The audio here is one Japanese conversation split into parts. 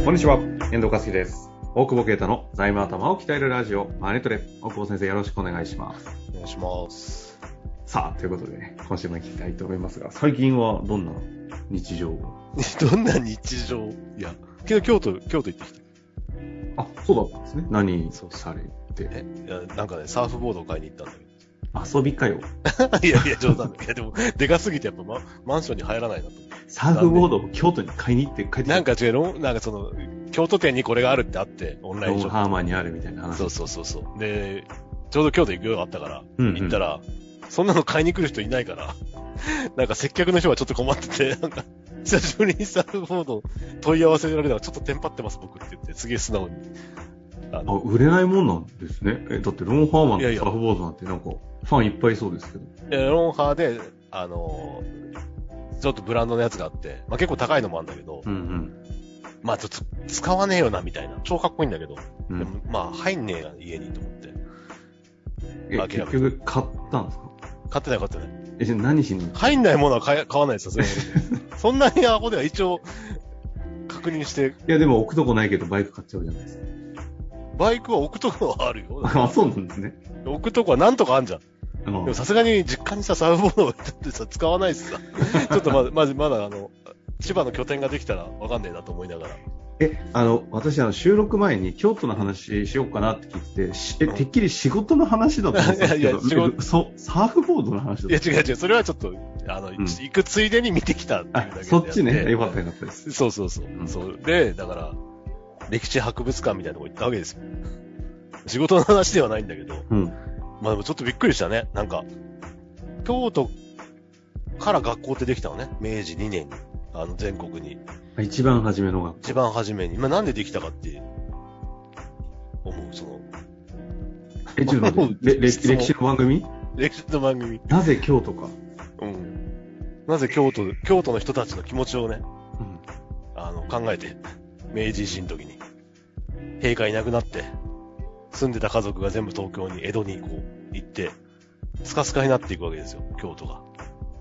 こんにちは、遠藤和樹です。大久保啓太の財務頭を鍛えるラジオ、マネトレ。大久保先生、よろしくお願いします。 お願いします。 さあ、ということでね、今週も行きたいと思いますが、最近はどんな日常を？ どんな日常？いや、昨日京都行ってきた。 あ、そうだったんですね。何されて？ いや、なんかね、サーフボードを買いに行ったんだけど。 遊びかよ。 いや、冗談だ。いや、でも、でかすぎてやっぱマンションに入らないなと。 サーフボードを京都に買いに行って帰ってきた。 なんか違う、なんかその、京都店にこれがあるってあって、オンラインショップ。ロンハーマーにあるみたいな話。 そう。で、ちょうど京都行くようがあったから、行ったら、そんなの買いに来る人いないから、なんか接客の人がちょっと困ってて、なんか、久しぶりにサーフボード問い合わせられたらちょっとテンパってます僕って言って、すげえ素直に。 売れないもんなんですね。だってロンハーマンのサーフボードなんてなんか、ファンいっぱいそうですけど。 ロンハーで、ちょっとブランドのやつがあって、まあ結構高いのもあるんだけど、まあちょっと使わねえよなみたいな。超かっこいいんだけど、でもまあ入んねえな家にと思って。 結局買ったんですか？ 買ってない。 じゃあ何しに？ 入んないものは買わないですよ、そんなにアホでは一応確認して。 いやでも置くとこないけどバイク買っちゃうじゃないですか。 バイクは置くとこはあるよ。 あ、そうなんですね。 置くとこはなんとかあんじゃん。でもさすがに実家にさ、サーフボードをってさ、使わないしさ。ちょっとまだ千葉の拠点ができたらわかんねえなと思いながら。 私収録前に京都の話しようかなって聞いて、てっきり仕事の話だと思ったんですけど、サーフボードの話だった。 いや違う、それはちょっと、行くついでに見てきたっていうだけで。 そっちね、よかったです。 そう。で、だから、歴史博物館みたいなとこ行ったわけですよ。仕事の話ではないんだけど、まあでもちょっとびっくりしたね。なんか、京都から学校ってできたのね。明治2年に。全国に。 一番初めの学校。 一番初めに。まあなんでできたかって思う、その。 ちょっと待って、歴史の番組？ 歴史の番組。 なぜ京都か。 なぜ京都の人たちの気持ちをね、考えて、明治維新の時に、陛下いなくなって、住んでた家族が全部東京に、江戸にこう、行って、スカスカになっていくわけですよ、京都が。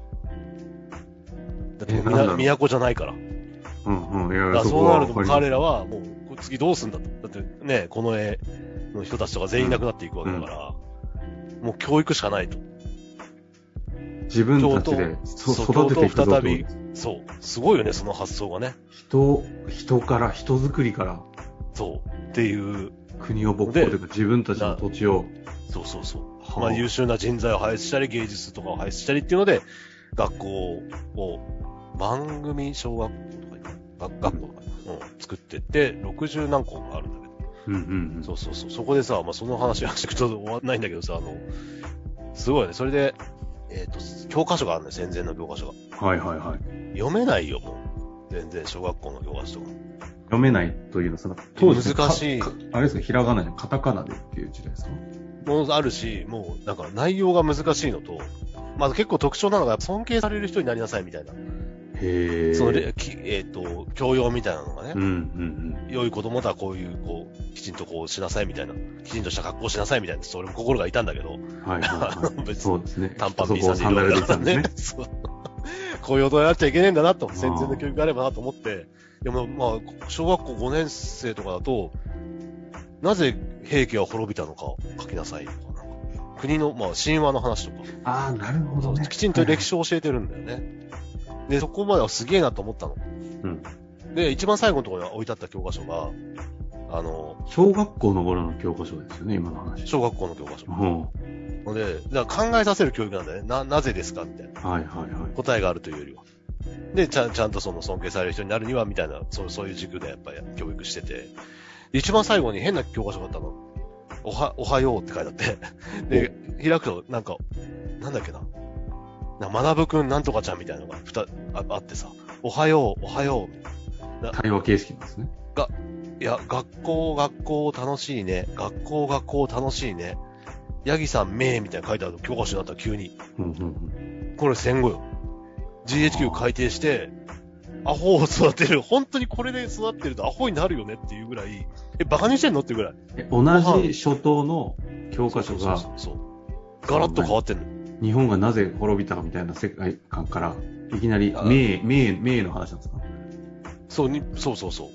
だって都じゃないから。そうなると彼らは、もう、次どうすんだと。だってね、この絵の人たちとか全員いなくなっていくわけだから、もう教育しかないと。 自分たちで育てていくぞと。 再び、そう。すごいよね、その発想がね。 人作りから。 そう。っていう。 国を勃興というか自分たちの土地を。 そう。まあ優秀な人材を輩出したり、芸術とかを輩出したりっていうので、学校を、番組小学校とか、学校とか、作ってって、60何校があるんだけど。そう。そこでさ、まあその話はしてくと終わんないんだけどさ、すごいね。それで、教科書があるんだよ、戦前の教科書が。 はい。 読めないよ、もう。全然、小学校の教科書とか。 読めないというのは、当時難しい。 あれですか、ひらがなじゃカタカナでっていう時代ですか？ もうあるし、もう、なんか内容が難しいのと、まず結構特徴なのが、尊敬される人になりなさいみたいな。 へー。教養みたいなのがね。良い子供とはこういう、きちんとしなさいみたいな。きちんとした格好しなさいみたいな。それも心がいたんだけど。別に。 そうですね。 短パン B さんでいろいろだね。そう。こういう大人になっちゃいけねえんだなと。戦前の教育があればなと思って。でも、まあ、小学校5年生とかだと、なぜ平家は滅びたのか書きなさいとか。国の、まあ、神話の話とか。 なるほどね。 きちんと歴史を教えてるんだよね。で、そこまではすげえなと思ったの。で、一番最後のところに置いてあった教科書が、 小学校の頃の教科書ですよね、今の話。 小学校の教科書。ので、だから考えさせる教育なんだよね。なぜですかみたいな。答えがあるというよりは。で、ちゃんとその尊敬される人になるには、みたいな、そういう軸でやっぱり教育してて。一番最後に変な教科書があったの。おはようって書いてあって。で、開くと、なんか、なんだっけな。学ぶくんなんとかちゃんみたいなのがあってさ、おはよう。 対話形式なんですね。 いや、学校楽しいね。学校楽しいね。ヤギさんめーみたいな書いてある教科書になったら急に。これ戦後よ。GHQ 改定して、アホを育てる。本当にこれで育ってるとアホになるよねっていうぐらい、バカにしてんのっていうぐらい。 同じ初等の教科書が、 そう。ガラッと変わってんの。 日本がなぜ滅びたかみたいな世界観から、いきなり、名の話なんですか？ そう。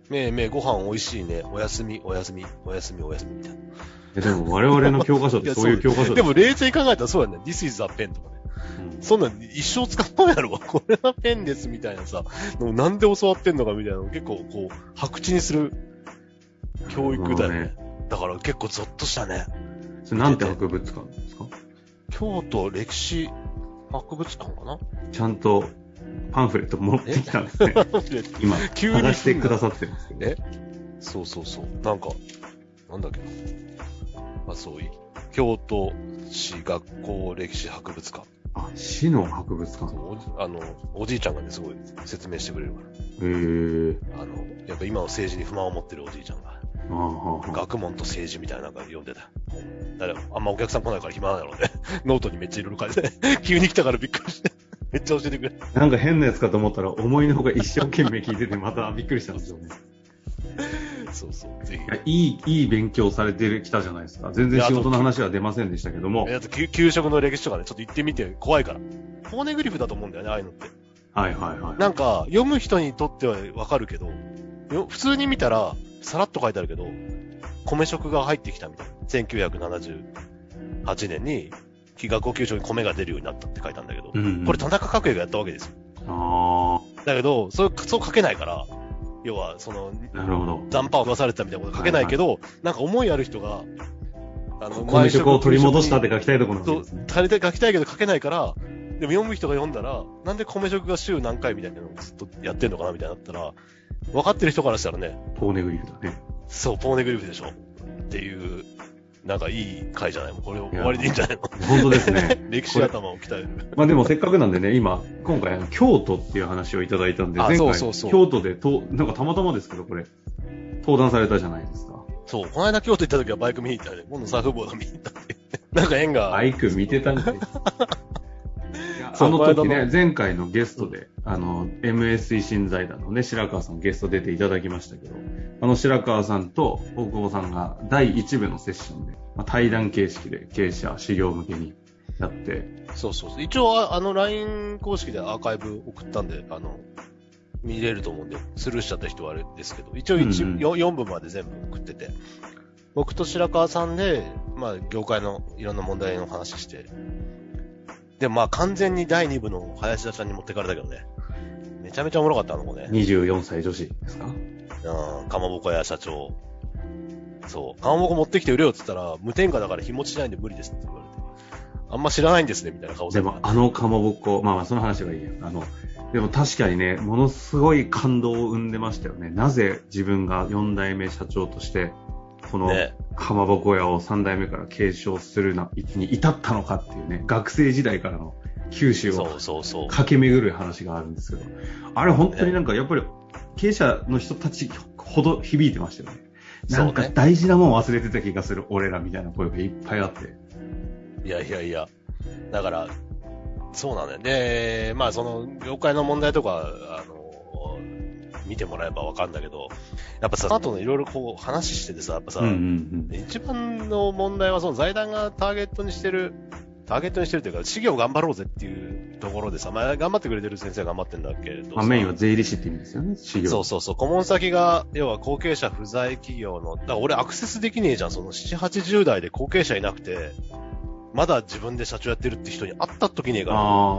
ご飯美味しいね。おやすみ、おやすみ、おやすみ、おやすみみたいな。 でも我々の教科書ってそういう教科書でも冷静に考えたらそうやね。This is a pen とかね。そんなん一生使わないやろ。これはペンですみたいなさ。なんで教わってんのかみたいなのを結構こう、白痴にする教育だよね。だから結構ゾッとしたね。 それなんて博物館ですか？ 京都歴史博物館かな？ ちゃんとパンフレット持ってきたんですね。今、探してくださってますけど。 そうそうそう。なんか、なんだっけな。まあそういう、京都市学校歴史博物館。 あ、市の博物館。 おじいちゃんがね、すごい説明してくれるから。やっぱ今の政治に不満を持ってるおじいちゃんが。学問と政治みたいななんか読んでた。だからあんまお客さん来ないから暇なんだろうね。ノートにめっちゃいろいろ書いて急に来たからびっくりして。めっちゃ教えてくれ。 なんか変なやつかと思ったら思いのほか一生懸命聞いててまたびっくりしたんですよね。 そうそう。ぜひ。いい勉強されてきたじゃないですか。全然仕事の話は出ませんでしたけども。 給食の歴史とかね、ちょっと行ってみて怖いから。ポーネグリフだと思うんだよね、ああいうのって。 はいはいはい。 なんか、読む人にとってはわかるけど、普通に見たら、さらっと書いてあるけど、米食が入ってきたみたいな。1978年に、学校給食に米が出るようになったって書いたんだけど、これ田中角栄がやったわけですよ。だけど、そう書けないから、要は、 なるほど。 残波を出されたみたいなこと書けないけど、なんか思いある人が、 米食を取り戻したって書きたいところなんですね。 書きたいけど書けないから、でも読む人が読んだら、なんで米食が週何回みたいなのをずっとやってんのかなみたいになったら、分かってる人からしたらね。 ポーネグリフだね。 そう、ポーネグリフでしょ。っていう、なんかいい回じゃないもうこれ終わりでいいんじゃないの？ 本当ですね。 歴史頭を鍛える。 まあでもせっかくなんでね、今回京都っていう話をいただいたんで、前回京都でなんかたまたまですけどこれ、登壇されたじゃないですか。 そう、この間京都行った時はバイク見に行ったね。今度サーフボード見に行ったって。なんか縁が。 バイク見てたんかい。その時ね、前回のゲストで、MS 維新財団のね、白川さんゲスト出ていただきましたけど、白川さんと大久保さんが第1部のセッションで、対談形式で経営者、修行向けにやって。 そうそう。一応、LINE 公式でアーカイブ送ったんで、見れると思うんで、スルーしちゃった人はあれですけど、一応4部まで全部送ってて、僕と白川さんで、まあ、業界のいろんな問題の話して、でもまあ完全に第2部の林田ちゃんに持ってかれたけどね。めちゃめちゃおもろかったのもね。 24歳女子ですか？ かまぼこ屋社長。そう。かまぼこ持ってきて売れよって言ったら、無添加だから日持ちしないんで無理ですって言われて。あんま知らないんですね、みたいな顔でもかまぼこ、まあその話はいいや。でも確かにね、ものすごい感動を生んでましたよね。なぜ自分が4代目社長として、このかまぼこ屋を3代目から継承するに至ったのかっていうね、学生時代からの九州を駆け巡る話があるんですけど、あれ本当になんかやっぱり経営者の人たちほど響いてましたよね。なんか大事なもん忘れてた気がする、俺らみたいな声がいっぱいあって。 いや。だから、そうなんだよね。まあその業界の問題とか、見てもらえばわかるんだけど、やっぱさ、あとのいろいろこう話しててさ、やっぱさ、一番の問題はその財団がターゲットにしてるというか、事業頑張ろうぜっていうところでさ、まあ頑張ってくれてる先生が頑張ってんだけど。 まあメインは税理士って意味ですよね、事業。 そう。顧問先が、要は後継者不在企業の、だから俺アクセスできねえじゃん、その7、80代で後継者いなくて、まだ自分で社長やってるって人に会った時ねえから。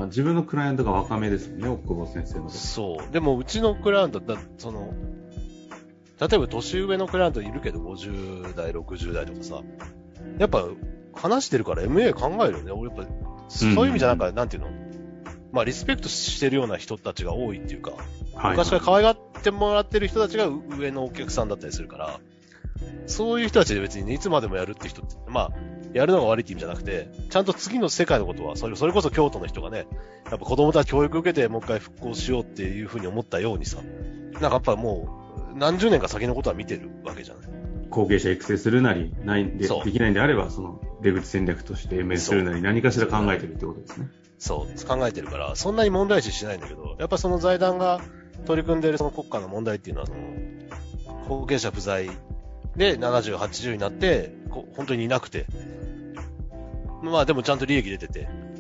自分のクライアントが若めですもんね、奥久保先生の。 そう。でもうちのクライアント、例えば年上のクライアントいるけど、50代、60代とかさ、やっぱ話してるから MA 考えるよね。俺やっぱ、そういう意味じゃなんていうの、まあリスペクトしてるような人たちが多いっていうか、昔から可愛がってもらってる人たちが上のお客さんだったりするから、そういう人たちで別に、ね、いつまでもやるって人って、まあ、やるのが悪いって意味じゃなくて、ちゃんと次の世界のことは、それこそ京都の人がね、やっぱ子供たち教育受けてもう一回復興しようっていうふうに思ったようにさ、なんかやっぱもう、何十年か先のことは見てるわけじゃない。 後継者育成するなり、できないんであれば、その出口戦略として MS するなり、何かしら考えてるってことですね。 そう、考えてるから、そんなに問題視しないんだけど、やっぱその財団が取り組んでいるその国家の問題っていうのは、その、後継者不在で70、80になって、本当にいなくて、まあでもちゃんと利益出てて、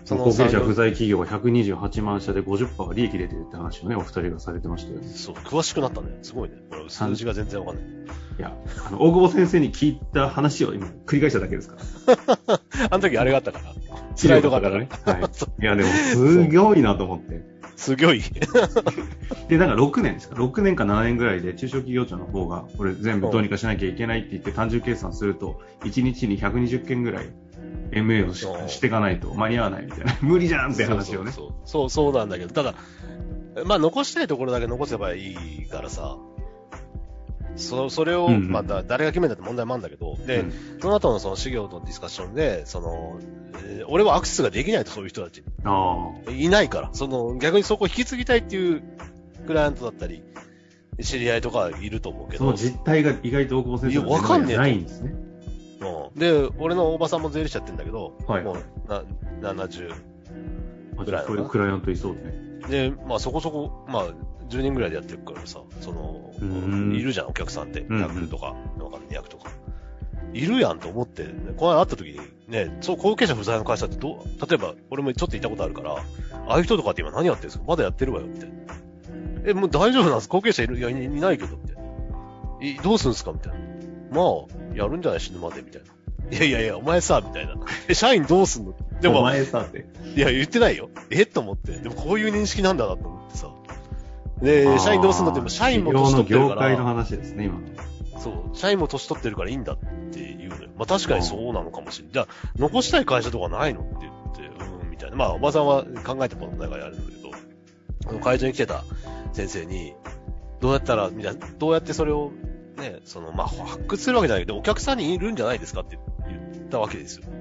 後継者不在企業が128万社で 50% が利益出てるって話をね、お二人がされてましたよね。 そう、詳しくなったね。すごいね。これ数字が全然わかんない。 いや、大久保先生に聞いた話を今繰り返しただけですから。 あの時あれがあったから。スライドがあったからね。 はい。いや、でも、すごいなと思って。 すごい。 で、なんか6年ですか ?6 年か7年ぐらいで中小企業庁の方が、これ全部どうにかしなきゃいけないって言って単純計算すると、1日に120件ぐらい MA をしていかないと間に合わないみたいな。無理じゃんって話をね。 そうなんだけど、ただ、まあ残したいところだけ残せばいいからさ、それを、まあ誰が決めたって問題もあるんだけど、で、その後のその事業とディスカッションで、俺はアクセスができないと、そういう人たち。いないから、逆にそこを引き継ぎたいっていうクライアントだったり、知り合いとかいると思うけど。 その実態が意外と大久保先生わかんねえないんですね。 で、俺のおばさんも税理士やってんだけど、 はい、 もう70ぐらいの。 そういうクライアントいそうね。 で、まあそこそこ、まあ10人ぐらいでやってるからさ、いるじゃん、お客さんって。100とか、200とか。いるやんと思って、ね、この間会った時に、ね、後継者不在の会社って例えば、俺もちょっといたことあるから、ああいう人とかって今何やってるんですか？まだやってるわよ、みたいな。もう大丈夫なんです？後継者いないけど、みたいな。どうするんですか？みたいな。まあ、やるんじゃない死ぬまで、みたいな。いや、お前さ、みたいな。社員どうすんの？でも、 お前さって。 いや、言ってないよ。と思って。でもこういう認識なんだなと思ってさ。で、社員どうすんのって、社員も年取ってるから。 業界の話ですね、今。 そう。社員も年取ってるからいいんだっていうのよ。まあ確かにそうなのかもしれない。じゃあ、残したい会社とかないのって言って、みたいな。まあ、おばさんは考えてもらないからやるんだけど、会場に来てた先生に、どうやってそれを、ね、まあ、発掘するわけじゃないけど、お客さんにいるんじゃないですかって言ったわけですよ。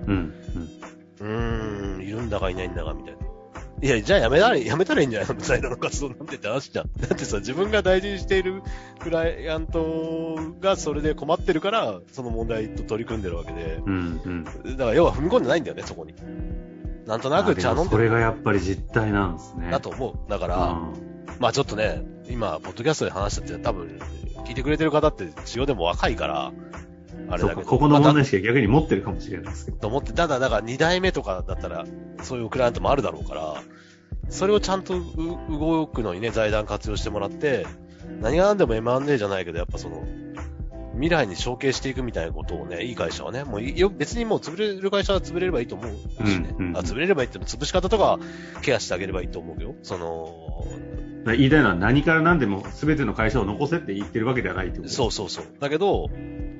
いるんだかいないんだか、みたいな。いや、じゃあやめたらいいんじゃないのみたいな活動なんてって話じゃん。だってさ、自分が大事にしているクライアントがそれで困ってるから、その問題と取り組んでるわけで。だから要は踏み込んでないんだよね、そこに。なんとなく茶飲んでる。 それがやっぱり実態なんですね。 だと思う。だから、まあちょっとね、今、ポッドキャストで話したって多分、聞いてくれてる方って仕様でも若いから、あれだけど。 ここの問題意識が逆に持ってるかもしれないですけど。 と思って、だから2代目とかだったら、そういうクライアントもあるだろうから、それをちゃんと動くのにね、財団活用してもらって、何が何でも M&A じゃないけど、やっぱ未来に承継していくみたいなことをね、いい会社はね、もう別にもう潰れる会社は潰れればいいと思うしね。潰れればいいっての潰し方とかケアしてあげればいいと思うよ。 言いたいのは何から何でも全ての会社を残せって言ってるわけではないってこと。 そう。だけど、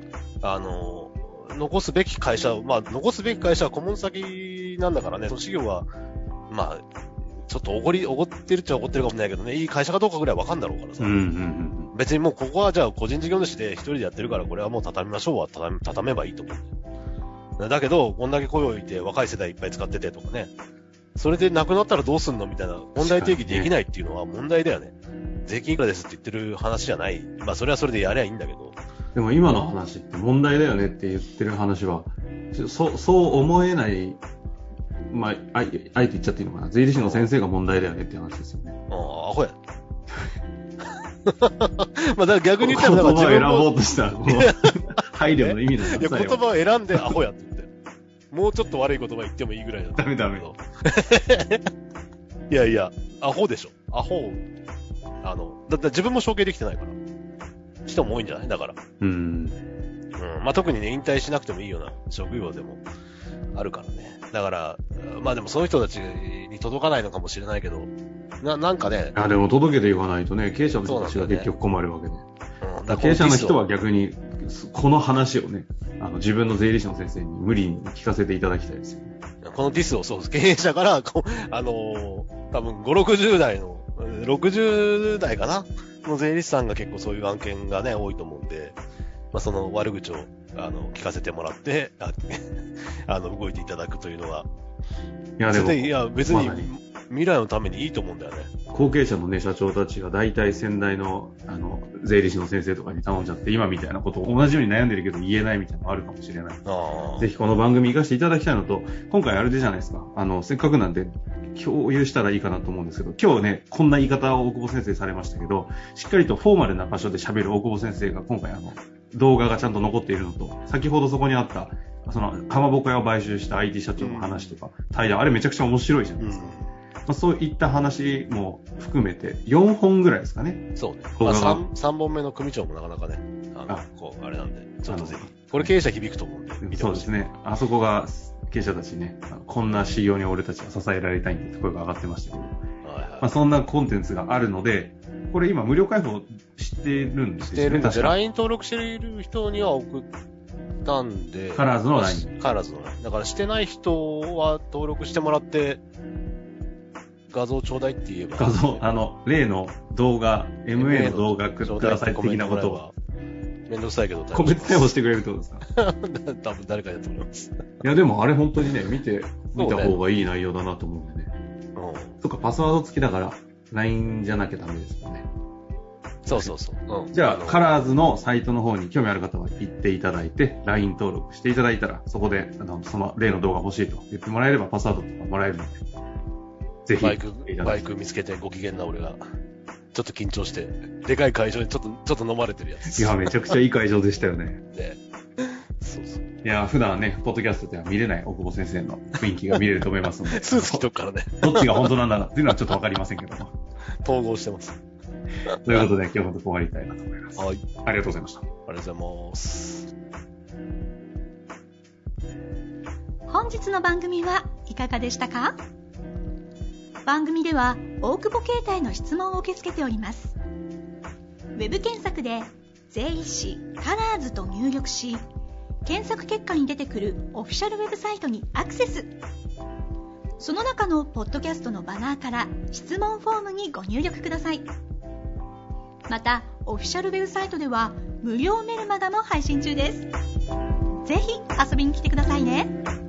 残すべき会社は顧問先なんだからね、その事業は、まあ、ちょっとおごってるっちゃおごってるかもしれないけどね、いい会社かどうかぐらいわかんだろうからさ。別にもうここはじゃあ個人事業主で一人でやってるからこれはもう畳みましょうは畳めばいいと思う。だけど、こんだけ声を置いて若い世代いっぱい使っててとかね、それでなくなったらどうすんのみたいな問題定義できないっていうのは問題だよね。税金いくらですって言ってる話じゃない。まあそれはそれでやりゃいいんだけど。 でも今の話って問題だよねって言ってる話は、そう思えない、まあ、あえて言っちゃっていいのかな。税理士の先生が問題だよねって話ですよね。 アホや。まあだから逆に言ったら、 言葉を選ぼうとした配慮の意味だよ。 いや、言葉を選んでアホやって言って。もうちょっと悪い言葉言ってもいいぐらいだった。 ダメ。 いや、アホでしょ。アホ。だって自分も承継できてないから。人も多いんじゃないだから。まあ特にね、引退しなくてもいいような職業でもあるからね。だから、まあでもその人たちに届かないのかもしれないけど、なんかね。 でも届けていかないとね、経営者の人たちが結局困るわけで。経営者の人は逆に、この話をね、自分の税理士の先生に無理に聞かせていただきたいですよね。 このディスをそうです。経営者から、多分5、60代の、60代かなの税理士さんが結構そういう案件がね、多いと思うんで、まあその悪口を、聞かせてもらって、動いていただくというのは。いや、別に、未来のためにいいと思うんだよね。 後継者のね、社長たちが大体先代の、税理士の先生とかに頼んじゃって、今みたいなことを同じように悩んでるけど言えないみたいなのがあるかもしれない。ぜひこの番組活かしていただきたいのと、今回あれでじゃないですか。せっかくなんで、共有したらいいかなと思うんですけど、今日ね、こんな言い方を大久保先生されましたけど、しっかりとフォーマルな場所で喋る大久保先生が今回動画がちゃんと残っているのと、先ほどそこにあった、 その、かまぼこ屋を買収した IT 社長の話とか、対談、あれめちゃくちゃ面白いじゃないですか。そういった話も含めて、4本ぐらいですかね。 そうね。3本目の組長もなかなかね、あれなんで、ちょっとぜひ。これ経営者響くと思うんで、見てほしい。 そうですね。あそこが、経営者たちね、こんな仕様に俺たちは支えられたいんだって声が上がってましたけど、そんなコンテンツがあるので、これ今無料開放してるんですよね。してるんです。 LINE 登録している人には送ったんで。 カラーズの LINE。 カラーズの LINE。だからしてない人は登録してもらって、画像ちょうだいって言えば。 画像、例の動画、MA の動画ください的なことを。 めんどくさいけど、 個別対応してくれるってことですか？ 多分誰かやと思います。 いや、でもあれ本当にね、見た方がいい内容だなと思うんでね。そっか、パスワード付きだから、LINE じゃなきゃダメですよね。 そう。 じゃあ、カラーズのサイトの方に興味ある方は行っていただいて、LINE 登録していただいたら、そこで、その例の動画欲しいと言ってもらえれば、パスワードとかもらえるので、ぜひ。 バイク見つけてご機嫌な俺が、ちょっと緊張して、でかい会場でちょっと飲まれてるやつ。 いや、めちゃくちゃいい会場でしたよね。 ね。そう。 いや、普段ね、ポッドキャストでは見れない大久保先生の雰囲気が見れると思いますので。 スーツ着とくからね。 どっちが本当なんだなっていうのはちょっとわかりませんけども。 統合してます。 ということで、今日も終わりたいなと思います。 はい。 ありがとうございました。 ありがとうございます。 本日の番組はいかがでしたか？番組では大久保携帯の質問を受け付けております。ウェブ検索で税理士カラーズと入力し、検索結果に出てくるオフィシャルウェブサイトにアクセス。その中のポッドキャストのバナーから質問フォームにご入力ください。またオフィシャルウェブサイトでは無料メルマガも配信中です。ぜひ遊びに来てくださいね。